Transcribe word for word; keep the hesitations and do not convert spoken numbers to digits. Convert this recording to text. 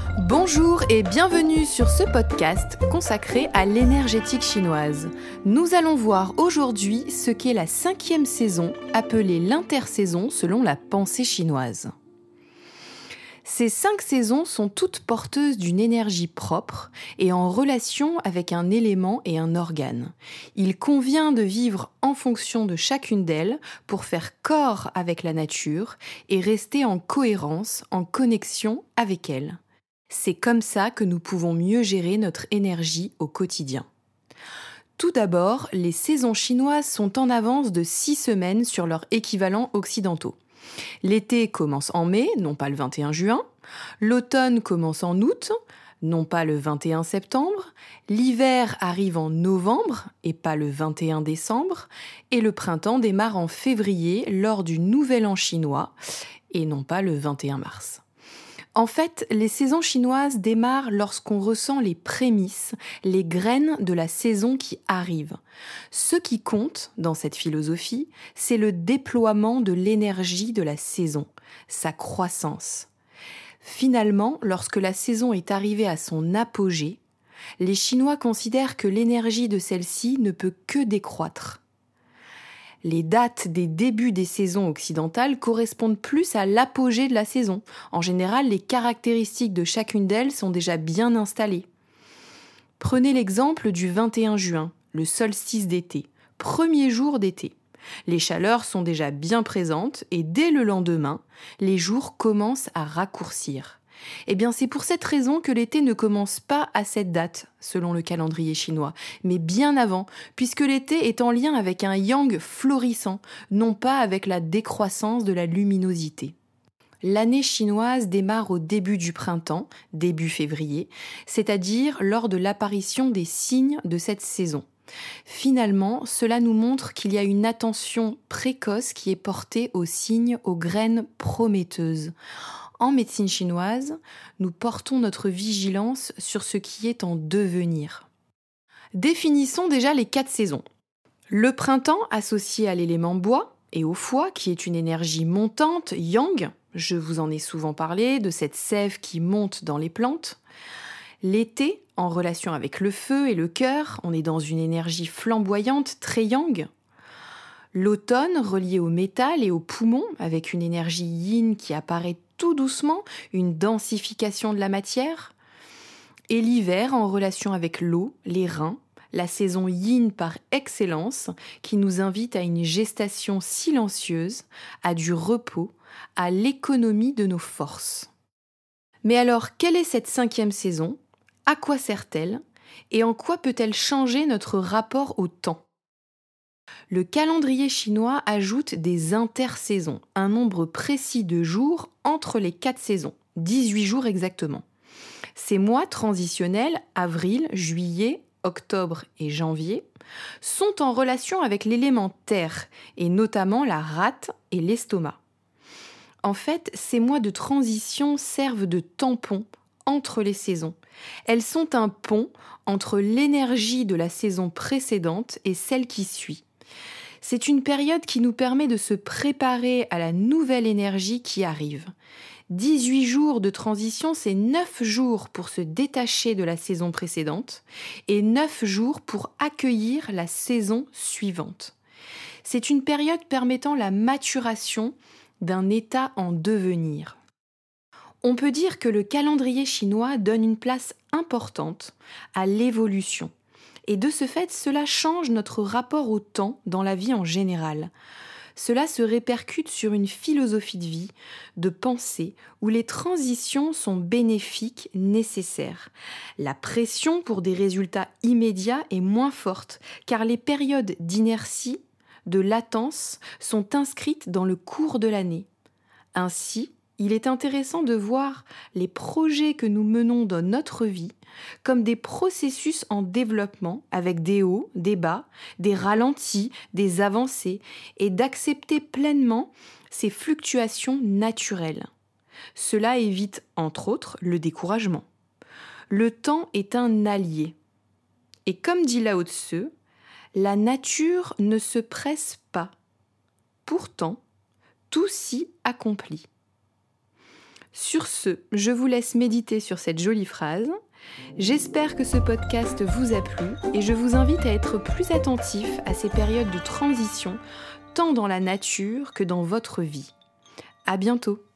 Bonjour et bienvenue sur ce podcast consacré à l'énergétique chinoise. Nous allons voir aujourd'hui ce qu'est la cinquième saison, appelée l'intersaison selon la pensée chinoise. Ces cinq saisons sont toutes porteuses d'une énergie propre et en relation avec un élément et un organe. Il convient de vivre en fonction de chacune d'elles pour faire corps avec la nature et rester en cohérence, en connexion avec elle. C'est comme ça que nous pouvons mieux gérer notre énergie au quotidien. Tout d'abord, les saisons chinoises sont en avance de six semaines sur leurs équivalents occidentaux. L'été commence en mai, non pas le vingt et un juin. L'automne commence en août, non pas le vingt et un septembre. L'hiver arrive en novembre et pas le vingt et un décembre. Et le printemps démarre en février lors du Nouvel An chinois et non pas le vingt et un mars. En fait, les saisons chinoises démarrent lorsqu'on ressent les prémices, les graines de la saison qui arrive. Ce qui compte dans cette philosophie, c'est le déploiement de l'énergie de la saison, sa croissance. Finalement, lorsque la saison est arrivée à son apogée, les Chinois considèrent que l'énergie de celle-ci ne peut que décroître. Les dates des débuts des saisons occidentales correspondent plus à l'apogée de la saison. En général, les caractéristiques de chacune d'elles sont déjà bien installées. Prenez l'exemple du vingt et un juin, le solstice d'été, premier jour d'été. Les chaleurs sont déjà bien présentes et dès le lendemain, les jours commencent à raccourcir. Eh bien, c'est pour cette raison que l'été ne commence pas à cette date, selon le calendrier chinois, mais bien avant, puisque l'été est en lien avec un yang florissant, non pas avec la décroissance de la luminosité. L'année chinoise démarre au début du printemps, début février, c'est-à-dire lors de l'apparition des signes de cette saison. Finalement, cela nous montre qu'il y a une attention précoce qui est portée aux signes, aux graines prometteuses. En médecine chinoise, nous portons notre vigilance sur ce qui est en devenir. Définissons déjà les quatre saisons. Le printemps associé à l'élément bois et au foie, qui est une énergie montante, yang, je vous en ai souvent parlé, de cette sève qui monte dans les plantes. L'été, en relation avec le feu et le cœur, on est dans une énergie flamboyante, très yang. L'automne, relié au métal et aux poumons, avec une énergie yin qui apparaît tout doucement, une densification de la matière. Et l'hiver, en relation avec l'eau, les reins, la saison yin par excellence, qui nous invite à une gestation silencieuse, à du repos, à l'économie de nos forces. Mais alors, quelle est cette cinquième saison ? À quoi sert-elle ? Et en quoi peut-elle changer notre rapport au temps ? Le calendrier chinois ajoute des intersaisons, un nombre précis de jours entre les quatre saisons, dix-huit jours exactement. Ces mois transitionnels, avril, juillet, octobre et janvier, sont en relation avec l'élément terre, et notamment la rate et l'estomac. En fait, ces mois de transition servent de tampon entre les saisons. Elles sont un pont entre l'énergie de la saison précédente et celle qui suit. C'est une période qui nous permet de se préparer à la nouvelle énergie qui arrive. dix-huit jours de transition, c'est neuf jours pour se détacher de la saison précédente et neuf jours pour accueillir la saison suivante. C'est une période permettant la maturation d'un état en devenir. On peut dire que le calendrier chinois donne une place importante à l'évolution. Et de ce fait, cela change notre rapport au temps dans la vie en général. Cela se répercute sur une philosophie de vie, de pensée, où les transitions sont bénéfiques, nécessaires. La pression pour des résultats immédiats est moins forte, car les périodes d'inertie, de latence, sont inscrites dans le cours de l'année. Ainsi, il est intéressant de voir les projets que nous menons dans notre vie comme des processus en développement avec des hauts, des bas, des ralentis, des avancées et d'accepter pleinement ces fluctuations naturelles. Cela évite, entre autres, le découragement. Le temps est un allié. Et comme dit Lao Tzu, la nature ne se presse pas. Pourtant, tout s'y accomplit. Sur ce, je vous laisse méditer sur cette jolie phrase. J'espère que ce podcast vous a plu et je vous invite à être plus attentif à ces périodes de transition, tant dans la nature que dans votre vie. À bientôt!